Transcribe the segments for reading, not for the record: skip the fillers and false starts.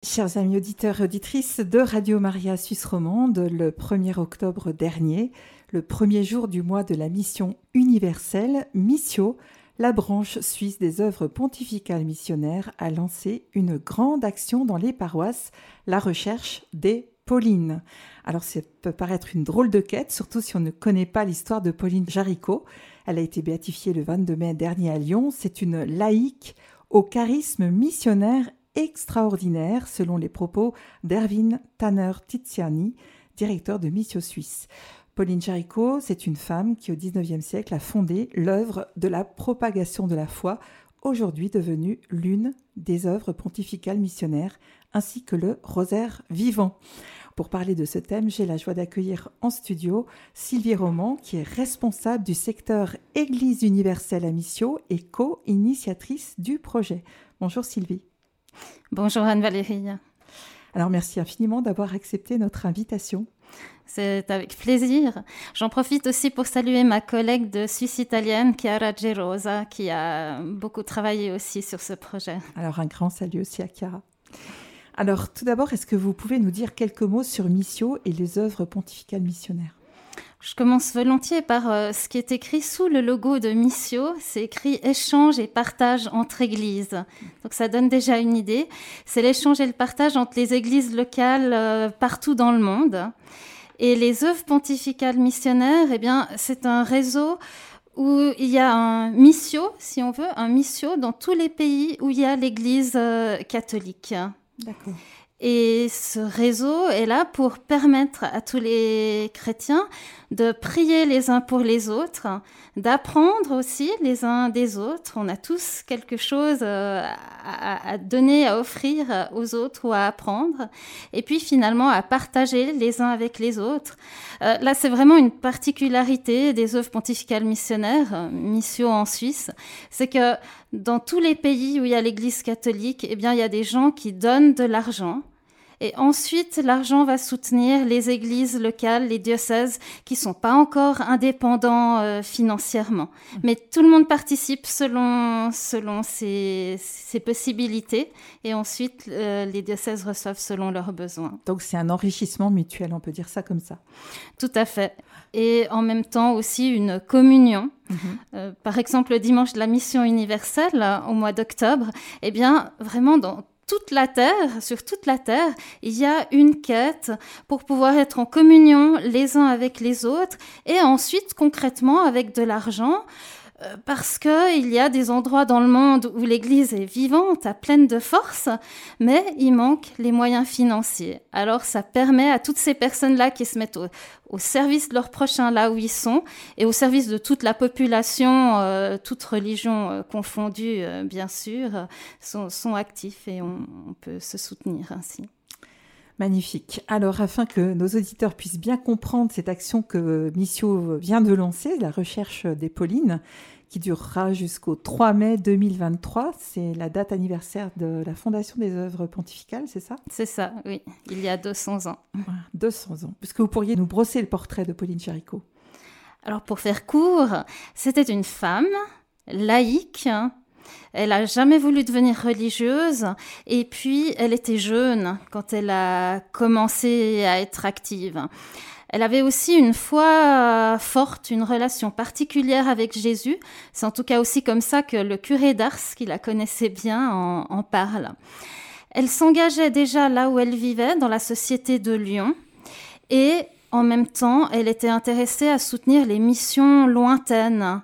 Chers amis auditeurs et auditrices de Radio Maria Suisse Romande, le 1er octobre dernier, le premier jour du mois de la mission universelle, Missio, la branche suisse des œuvres pontificales missionnaires, a lancé une grande action dans les paroisses, la recherche des Paulines. Alors ça peut paraître une drôle de quête, surtout si on ne connaît pas l'histoire de Pauline Jaricot. Elle a été béatifiée le 22 mai dernier à Lyon. C'est une laïque au charisme missionnaire extraordinaire, selon les propos d'Erwin Tanner-Tiziani, directeur de Missio Suisse. Pauline Jaricot, c'est une femme qui, au XIXe siècle, a fondé l'œuvre de la propagation de la foi, aujourd'hui devenue l'une des œuvres pontificales missionnaires, ainsi que le rosaire vivant. Pour parler de ce thème, j'ai la joie d'accueillir en studio Sylvie Roman, qui est responsable du secteur Église universelle à Missio et co-initiatrice du projet. Bonjour Sylvie. Bonjour Anne-Valérie. Alors merci infiniment d'avoir accepté notre invitation. C'est avec plaisir. J'en profite aussi pour saluer ma collègue de Suisse italienne, Chiara Gerosa, qui a beaucoup travaillé aussi sur ce projet. Alors un grand salut aussi à Chiara. Alors tout d'abord, est-ce que vous pouvez nous dire quelques mots sur Missio et les œuvres pontificales missionnaires ? Je commence volontiers par ce qui est écrit sous le logo de Missio. C'est écrit « Échange et partage entre églises ». Donc ça donne déjà une idée. C'est l'échange et le partage entre les églises locales partout dans le monde. Et les œuvres pontificales missionnaires, eh bien, c'est un réseau où il y a un Missio, si on veut, un Missio dans tous les pays où il y a l'église catholique. D'accord. Et ce réseau est là pour permettre à tous les chrétiens de prier les uns pour les autres, d'apprendre aussi les uns des autres. On a tous quelque chose à donner, à offrir aux autres ou à apprendre. Et puis finalement à partager les uns avec les autres. Là, c'est vraiment une particularité des œuvres pontificales missionnaires, Missio en Suisse. C'est que dans tous les pays où il y a l'Église catholique, eh bien, il y a des gens qui donnent de l'argent. Et ensuite, l'argent va soutenir les églises locales, les diocèses qui sont pas encore indépendants financièrement. Mais tout le monde participe selon ses possibilités. Et ensuite, les diocèses reçoivent selon leurs besoins. Donc, c'est un enrichissement mutuel, on peut dire ça comme ça. Tout à fait. Et en même temps aussi une communion. Par exemple, le dimanche de la mission universelle, au mois d'octobre, eh bien, vraiment sur toute la terre, il y a une quête pour pouvoir être en communion les uns avec les autres et ensuite concrètement avec de l'argent parce qu'il y a des endroits dans le monde où l'Église est vivante, pleine de force, mais il manque les moyens financiers. Alors ça permet à toutes ces personnes-là qui se mettent au service de leurs prochains là où ils sont et au service de toute la population, toute religion confondue bien sûr, sont actifs et on peut se soutenir ainsi. Magnifique. Alors, afin que nos auditeurs puissent bien comprendre cette action que Missio vient de lancer, la recherche des Paulines, qui durera jusqu'au 3 mai 2023, c'est la date anniversaire de la fondation des œuvres pontificales, c'est ça ? C'est ça, oui. Il y a 200 ans. Voilà, 200 ans. Est-ce que vous pourriez nous brosser le portrait de Pauline Jaricot ? Alors, pour faire court, c'était une femme laïque. Elle n'a jamais voulu devenir religieuse et puis elle était jeune quand elle a commencé à être active. Elle avait aussi une foi forte, une relation particulière avec Jésus. C'est en tout cas aussi comme ça que le curé d'Ars, qui la connaissait bien, en parle. Elle s'engageait déjà là où elle vivait, dans la société de Lyon. Et en même temps, elle était intéressée à soutenir les missions lointaines.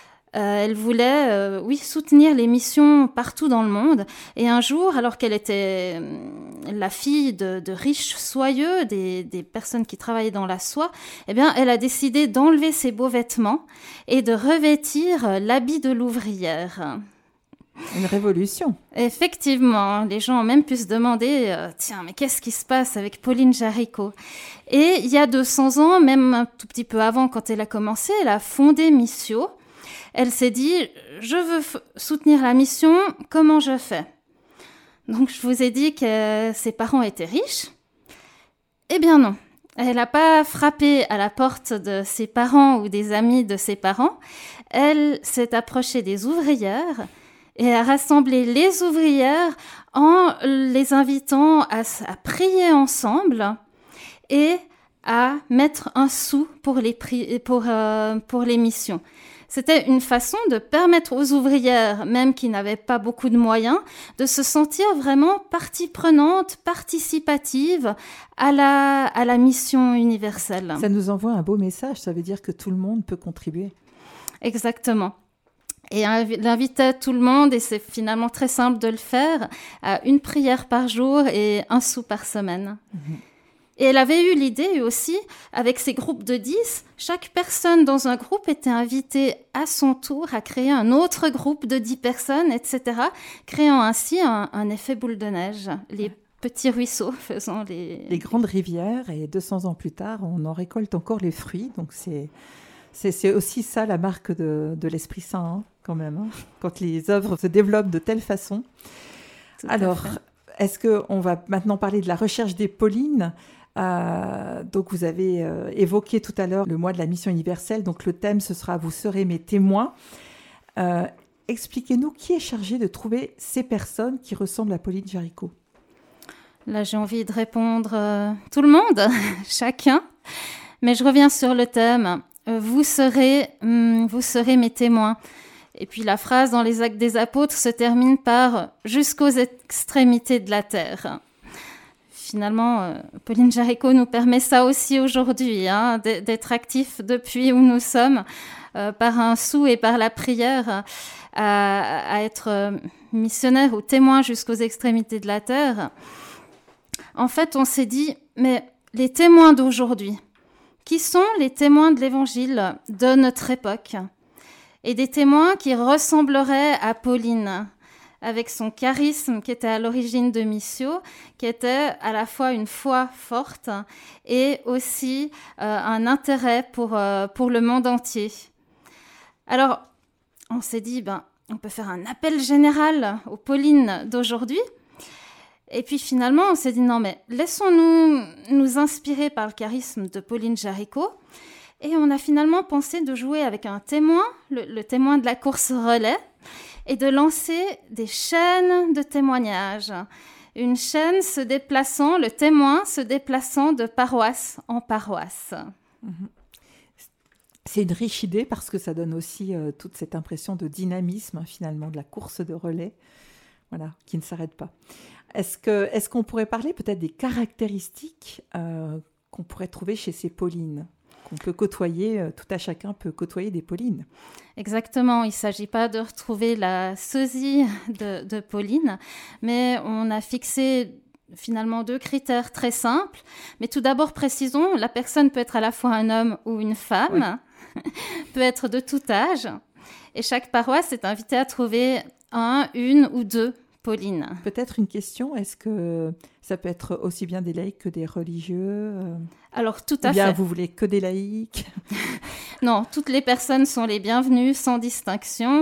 Elle voulait, soutenir les missions partout dans le monde. Et un jour, alors qu'elle était la fille de riches soyeux, des personnes qui travaillaient dans la soie, eh bien, elle a décidé d'enlever ses beaux vêtements et de revêtir l'habit de l'ouvrière. Une révolution. Effectivement, les gens ont même pu se demander, tiens, mais qu'est-ce qui se passe avec Pauline Jaricot ? Et il y a 200 ans, même un tout petit peu avant, quand elle a commencé, elle a fondé Missio. Elle s'est dit, je veux soutenir la mission, comment je fais ? Donc, je vous ai dit que ses parents étaient riches. Eh bien non, elle n'a pas frappé à la porte de ses parents ou des amis de ses parents. Elle s'est approchée des ouvrières et à rassembler les ouvrières en les invitant à prier ensemble et à mettre un sou pour les missions. C'était une façon de permettre aux ouvrières, même qui n'avaient pas beaucoup de moyens, de se sentir vraiment partie prenante, participative à la mission universelle. Ça nous envoie un beau message, ça veut dire que tout le monde peut contribuer. Exactement. Et il invitait tout le monde, et c'est finalement très simple de le faire, à une prière par jour et un sou par semaine. Et elle avait eu l'idée aussi, avec ces groupes de 10, chaque personne dans un groupe était invitée à son tour à créer un autre groupe de 10 personnes, etc., créant ainsi un effet boule de neige. Les petits ruisseaux faisant les grandes rivières, et 200 ans plus tard, on en récolte encore les fruits. Donc c'est aussi ça la marque de l'Esprit Saint, hein, quand même, hein, quand les œuvres se développent de telle façon. Alors, est-ce qu'on va maintenant parler de la recherche des Paulines ? Donc vous avez évoqué tout à l'heure le mois de la mission universelle, donc le thème ce sera « Vous serez mes témoins ». Expliquez-nous qui est chargé de trouver ces personnes qui ressemblent à Pauline Jaricot. Là j'ai envie de répondre tout le monde, chacun, mais je reviens sur le thème « vous serez mes témoins ». Et puis la phrase dans les Actes des Apôtres se termine par « jusqu'aux extrémités de la terre ». Finalement, Pauline Jaricot nous permet ça aussi aujourd'hui, hein, d'être actifs depuis où nous sommes, par un sou et par la prière, à être missionnaires ou témoins jusqu'aux extrémités de la terre. En fait, on s'est dit, mais les témoins d'aujourd'hui, qui sont les témoins de l'Évangile de notre époque ? Et des témoins qui ressembleraient à Pauline, avec son charisme qui était à l'origine de Missio, qui était à la fois une foi forte et aussi un intérêt pour le monde entier. Alors, on s'est dit, on peut faire un appel général aux Paulines d'aujourd'hui. Et puis finalement, on s'est dit, non, mais laissons-nous nous inspirer par le charisme de Pauline Jaricot. Et on a finalement pensé de jouer avec un témoin, le témoin de la course relais, et de lancer des chaînes de témoignages. Une chaîne le témoin se déplaçant de paroisse en paroisse. C'est une riche idée parce que ça donne aussi toute cette impression de dynamisme, finalement, de la course de relais, voilà, qui ne s'arrête pas. Est-ce qu'on pourrait parler peut-être des caractéristiques qu'on pourrait trouver chez ces Paulines ? Qu'on peut côtoyer, tout à chacun peut côtoyer des Paulines. Exactement, il ne s'agit pas de retrouver la sosie de Pauline, mais on a fixé finalement 2 critères très simples. Mais tout d'abord, précisons, la personne peut être à la fois un homme ou une femme, peut être de tout âge, et chaque paroisse est invitée à trouver une ou 2 Pauline. Peut-être une question, est-ce que ça peut être aussi bien des laïcs que des religieux Alors, tout à fait. Ou bien vous voulez que des laïcs Non, toutes les personnes sont les bienvenues, sans distinction.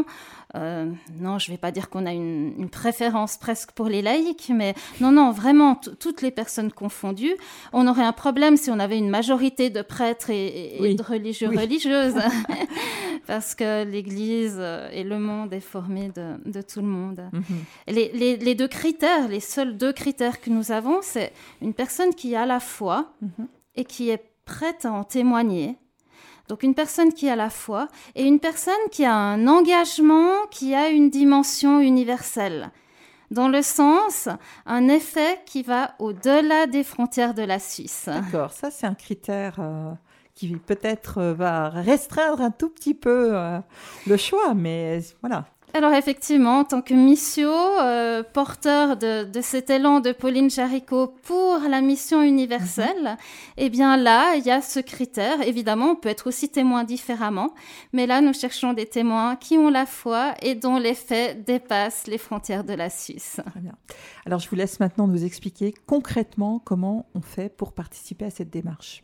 Non, je ne vais pas dire qu'on a une préférence presque pour les laïcs, mais non, vraiment, toutes les personnes confondues. On aurait un problème si on avait une majorité de prêtres et de religieuses, parce que l'Église et le monde est formé de tout le monde. Mm-hmm. Les 2 critères, les seuls 2 critères que nous avons, c'est une personne qui a la foi et qui est prête à en témoigner. Donc une personne qui a la foi et une personne qui a un engagement qui a une dimension universelle. Dans le sens, un effet qui va au-delà des frontières de la Suisse. D'accord, ça c'est un critère qui peut-être va restreindre un tout petit peu le choix, mais voilà. Alors effectivement, en tant que missio, porteur de cet élan de Pauline Jaricot pour la mission universelle, eh bien là, il y a ce critère. Évidemment, on peut être aussi témoin différemment, mais là, nous cherchons des témoins qui ont la foi et dont l'effet dépasse les frontières de la Suisse. Très bien. Alors, je vous laisse maintenant nous expliquer concrètement comment on fait pour participer à cette démarche.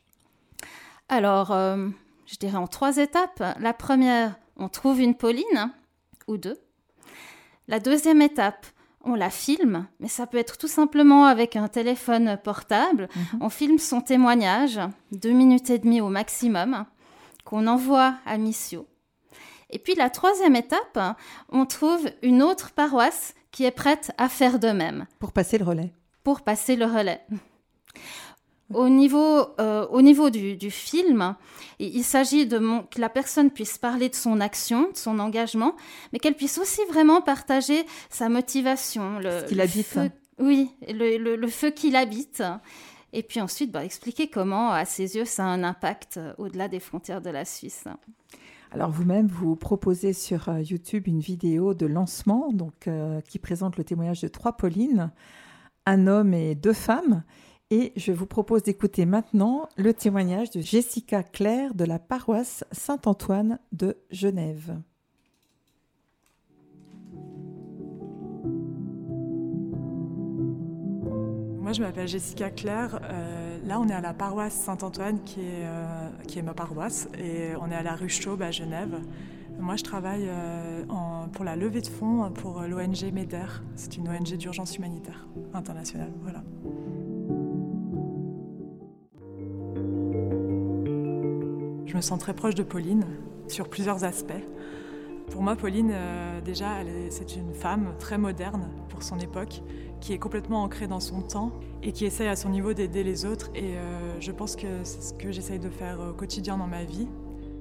Alors, je dirais en 3 étapes. La première, on trouve une Pauline ou 2. La deuxième étape, on la filme, mais ça peut être tout simplement avec un téléphone portable. On filme son témoignage, 2 minutes et demie au maximum, qu'on envoie à Missio. Et puis la troisième étape, on trouve une autre paroisse qui est prête à faire de même. Pour passer le relais. Pour passer le relais. Au niveau du film, il s'agit que la personne puisse parler de son action, de son engagement, mais qu'elle puisse aussi vraiment partager sa motivation. Ce qu'il habite. Oui, le feu qu'il habite. Et puis ensuite, expliquer comment, à ses yeux, ça a un impact au-delà des frontières de la Suisse. Alors vous-même, vous proposez sur YouTube une vidéo de lancement qui présente le témoignage de 3 Paulines, un homme et 2 femmes. Et je vous propose d'écouter maintenant le témoignage de Jessica Claire de la paroisse Saint-Antoine de Genève. Moi, je m'appelle Jessica Claire. Là, on est à la paroisse Saint-Antoine, qui est ma paroisse, et on est à la rue Chaume à Genève. Moi, je travaille pour la levée de fonds pour l'ONG MEDER. C'est une ONG d'urgence humanitaire internationale. Voilà. Je me sens très proche de Pauline sur plusieurs aspects. Pour moi, Pauline, déjà, c'est une femme très moderne pour son époque, qui est complètement ancrée dans son temps et qui essaye à son niveau d'aider les autres. Et je pense que c'est ce que j'essaye de faire au quotidien dans ma vie.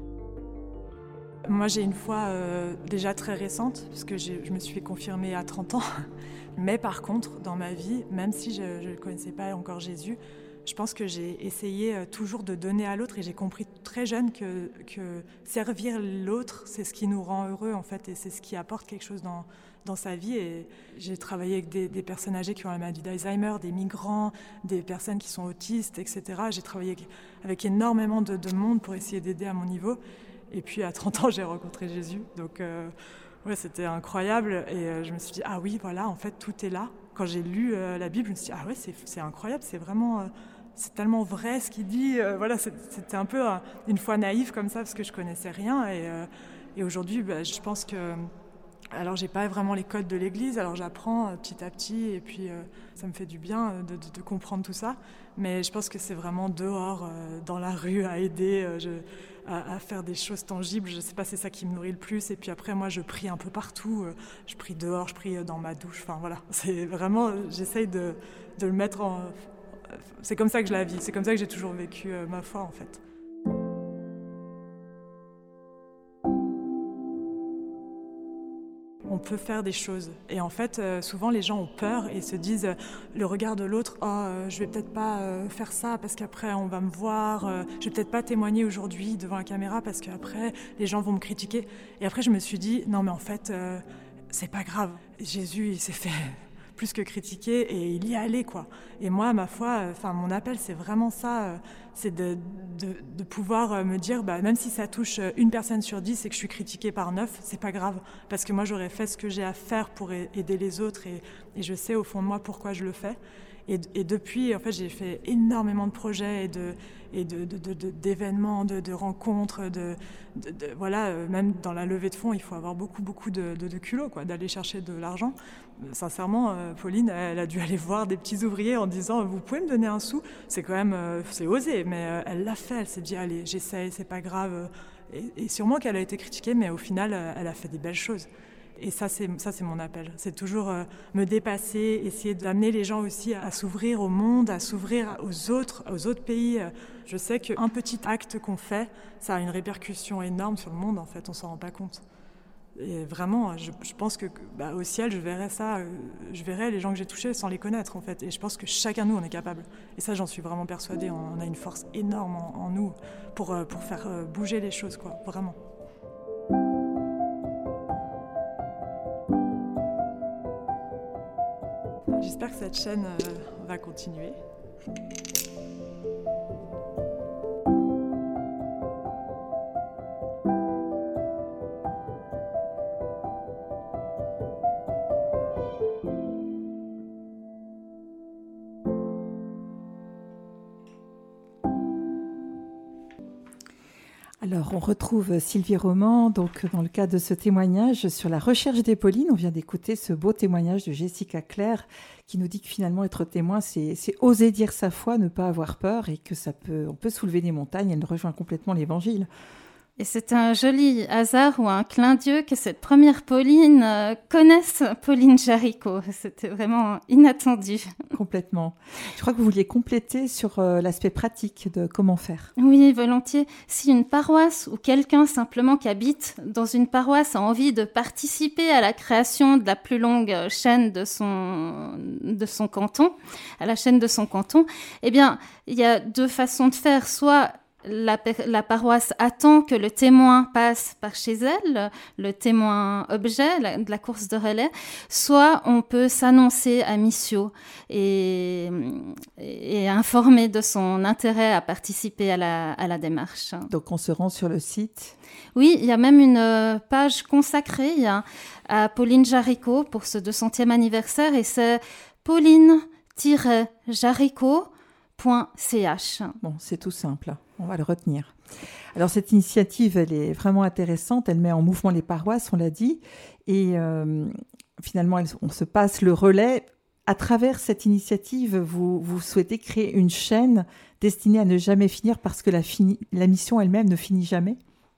Moi, j'ai une foi déjà très récente, parce que je me suis fait confirmer à 30 ans. Mais par contre, dans ma vie, même si je ne connaissais pas encore Jésus, je pense que j'ai essayé toujours de donner à l'autre, et j'ai compris très jeune que servir l'autre, c'est ce qui nous rend heureux en fait, et c'est ce qui apporte quelque chose dans sa vie. Et j'ai travaillé avec des personnes âgées qui ont la maladie d'Alzheimer, des migrants, des personnes qui sont autistes, etc. J'ai travaillé avec énormément de monde pour essayer d'aider à mon niveau. Et puis à 30 ans, j'ai rencontré Jésus, donc ouais, c'était incroyable. Et je me suis dit, ah oui, voilà, en fait, tout est là. Quand j'ai lu la Bible, je me suis dit, ah ouais, c'est incroyable, c'est vraiment... c'est tellement vrai ce qu'il dit. Voilà, c'était un peu une foi naïve comme ça, parce que je connaissais rien. Et aujourd'hui, je pense que... Alors, j'ai pas vraiment les codes de l'Église, alors j'apprends petit à petit, et puis ça me fait du bien de comprendre tout ça. Mais je pense que c'est vraiment dehors, dans la rue, à aider, à faire des choses tangibles. Je sais pas, c'est ça qui me nourrit le plus. Et puis après, moi, je prie un peu partout. Je prie dehors, je prie dans ma douche. Enfin, voilà, c'est vraiment... J'essaye de le mettre en... C'est comme ça que je la vis, c'est comme ça que j'ai toujours vécu ma foi, en fait. On peut faire des choses. Et en fait, souvent, les gens ont peur et se disent le regard de l'autre, je vais peut-être pas faire ça parce qu'après, on va me voir. Je vais peut-être pas témoigner aujourd'hui devant la caméra parce qu'après, les gens vont me critiquer. Et après, je me suis dit, non, mais en fait, c'est pas grave. Jésus, il s'est fait plus que critiquer et il y est allé, quoi. Et moi, ma foi, mon appel, c'est vraiment ça. C'est de pouvoir me dire, même si ça touche une personne sur 10 et que je suis critiquée par 9, c'est pas grave. Parce que moi, j'aurais fait ce que j'ai à faire pour aider les autres et je sais au fond de moi pourquoi je le fais. Et depuis, en fait, j'ai fait énormément de projets et d'événements, de rencontres, voilà, même dans la levée de fonds, il faut avoir beaucoup de culot, quoi, d'aller chercher de l'argent. Sincèrement, Pauline, elle a dû aller voir des petits ouvriers en disant « Vous pouvez me donner un sou ?» C'est quand même, c'est osé, mais elle l'a fait, elle s'est dit « Allez, j'essaye, c'est pas grave ». Et sûrement qu'elle a été critiquée, mais au final, elle a fait des belles choses. Et ça, c'est mon appel. C'est toujours me dépasser, essayer d'amener les gens aussi à s'ouvrir au monde, à s'ouvrir aux autres pays. Je sais qu'un petit acte qu'on fait, ça a une répercussion énorme sur le monde, en fait, on s'en rend pas compte. Et vraiment, je pense que au ciel, je verrai ça, je verrai les gens que j'ai touchés sans les connaître, en fait. Et je pense que chacun de nous en est capable. Et ça, j'en suis vraiment persuadée. On a une force énorme en nous pour faire bouger les choses, quoi, vraiment. J'espère que cette chaîne va continuer. Alors, on retrouve Sylvie Roman, donc dans le cadre de ce témoignage sur la recherche des Paulines. On vient d'écouter ce beau témoignage de Jessica Claire qui nous dit que finalement être témoin, c'est oser dire sa foi, ne pas avoir peur et que on peut soulever des montagnes. Elle rejoint complètement l'Évangile. Et c'est un joli hasard ou un clin d'yeux que cette première Pauline connaisse Pauline Jaricot. C'était vraiment inattendu. Complètement. Je crois que vous vouliez compléter sur l'aspect pratique de comment faire. Oui, volontiers. Si une paroisse ou quelqu'un simplement qui habite dans une paroisse a envie de participer à la création de la plus longue chaîne de son canton, à la chaîne de son canton, eh bien, il y a deux façons de faire. Soit la paroisse attend que le témoin passe par chez elle, le témoin objet de la course de relais, soit on peut s'annoncer à Missio et informer de son intérêt à participer à la démarche. Donc on se rend sur le site. Oui, il y a même une page consacrée à Pauline Jaricot pour ce 200e anniversaire et c'est pauline-jaricot.ch. Bon, c'est tout simple, on va le retenir. Alors cette initiative, elle est vraiment intéressante, elle met en mouvement les paroisses, on l'a dit, et finalement on se passe le relais. À travers cette initiative, vous souhaitez créer une chaîne destinée à ne jamais finir parce que la mission elle-même ne finit jamais?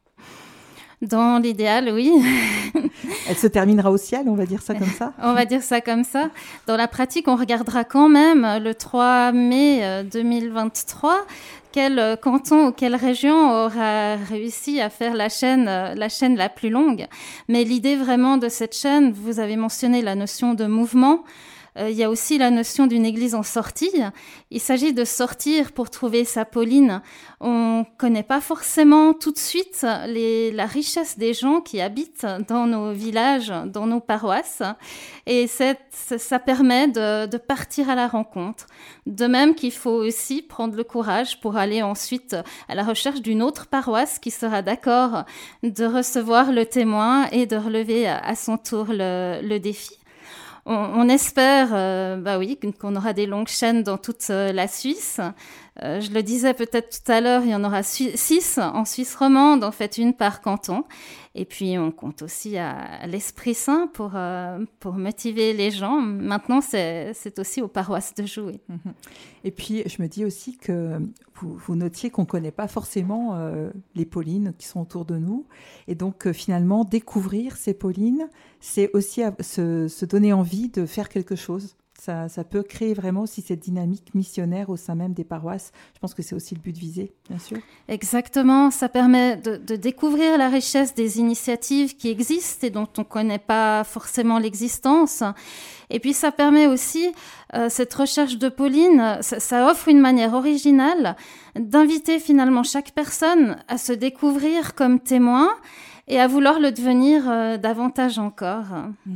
Dans l'idéal, oui. Elle se terminera au ciel, on va dire ça comme ça? On va dire ça comme ça. Dans la pratique, on regardera quand même le 3 mai 2023 quel canton ou quelle région aura réussi à faire la chaîne la plus longue. Mais l'idée vraiment de cette chaîne, vous avez mentionné la notion de mouvement. Il y a aussi la notion d'une église en sortie. Il s'agit de sortir pour trouver sa Pauline. On ne connaît pas forcément tout de suite la richesse des gens qui habitent dans nos villages, dans nos paroisses. Et ça permet de partir à la rencontre. De même qu'il faut aussi prendre le courage pour aller ensuite à la recherche d'une autre paroisse qui sera d'accord de recevoir le témoin et de relever à son tour le défi. On espère qu'on aura des longues chaînes dans toute la Suisse. Je le disais peut-être tout à l'heure, il y en aura 6 en Suisse romande, en fait une par canton. Et puis on compte aussi à l'Esprit Saint pour motiver les gens. Maintenant, c'est aussi aux paroisses de jouer. Et puis je me dis aussi que vous notiez qu'on ne connaît pas forcément les Paulines qui sont autour de nous. Et donc finalement, découvrir ces Paulines, c'est aussi se donner envie de faire quelque chose. Ça peut créer vraiment aussi cette dynamique missionnaire au sein même des paroisses. Je pense que c'est aussi le but visé, bien sûr. Exactement, ça permet de découvrir la richesse des initiatives qui existent et dont on ne connaît pas forcément l'existence. Et puis ça permet aussi, cette recherche de Pauline, ça offre une manière originale d'inviter finalement chaque personne à se découvrir comme témoin et à vouloir le devenir davantage encore.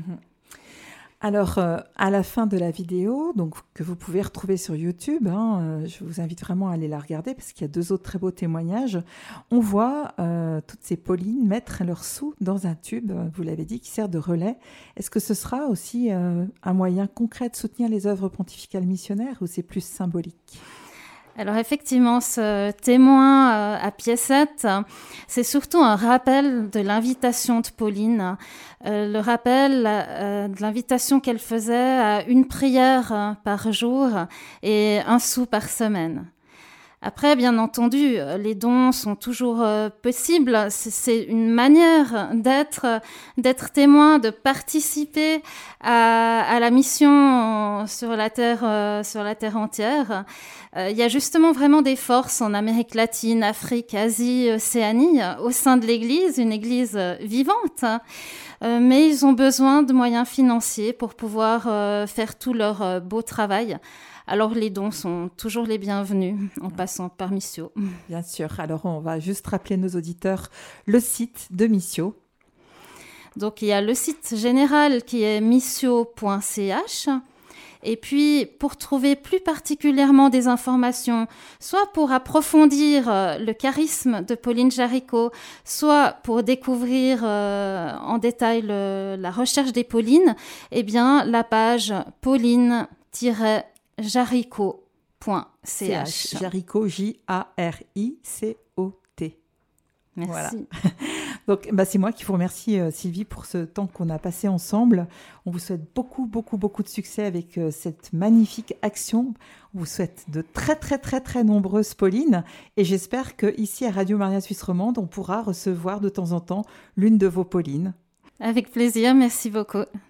Alors, à la fin de la vidéo, donc, que vous pouvez retrouver sur YouTube, je vous invite vraiment à aller la regarder parce qu'il y a 2 autres très beaux témoignages. On voit toutes ces Paulines mettre leurs sous dans un tube, vous l'avez dit, qui sert de relais. Est-ce que ce sera aussi un moyen concret de soutenir les œuvres pontificales missionnaires ou c'est plus symbolique ? Alors effectivement, ce témoin à Piécette, c'est surtout un rappel de l'invitation de Pauline, le rappel de l'invitation qu'elle faisait à une prière par jour et 1 sou par semaine. Après, bien entendu, les dons sont toujours possibles. C'est une manière d'être témoin, de participer à la mission sur la terre entière. Il y a justement vraiment des forces en Amérique latine, Afrique, Asie, Océanie, au sein de l'Église, une Église vivante. Mais ils ont besoin de moyens financiers pour pouvoir faire tout leur beau travail. Alors, les dons sont toujours les bienvenus en passant par Missio. Bien sûr. Alors, on va juste rappeler nos auditeurs le site de Missio. Donc, il y a le site général qui est missio.ch. Et puis, pour trouver plus particulièrement des informations, soit pour approfondir le charisme de Pauline Jaricot, soit pour découvrir en détail la recherche des Paulines, eh bien, la page pauline-jaricot.ch. Jaricot, Jaricot. Merci. Voilà. Donc, c'est moi qui vous remercie, Sylvie, pour ce temps qu'on a passé ensemble. On vous souhaite beaucoup de succès avec cette magnifique action. On vous souhaite de très nombreuses Paulines. Et j'espère qu'ici, à Radio Maria Suisse Romande, on pourra recevoir de temps en temps l'une de vos Paulines. Avec plaisir, merci beaucoup.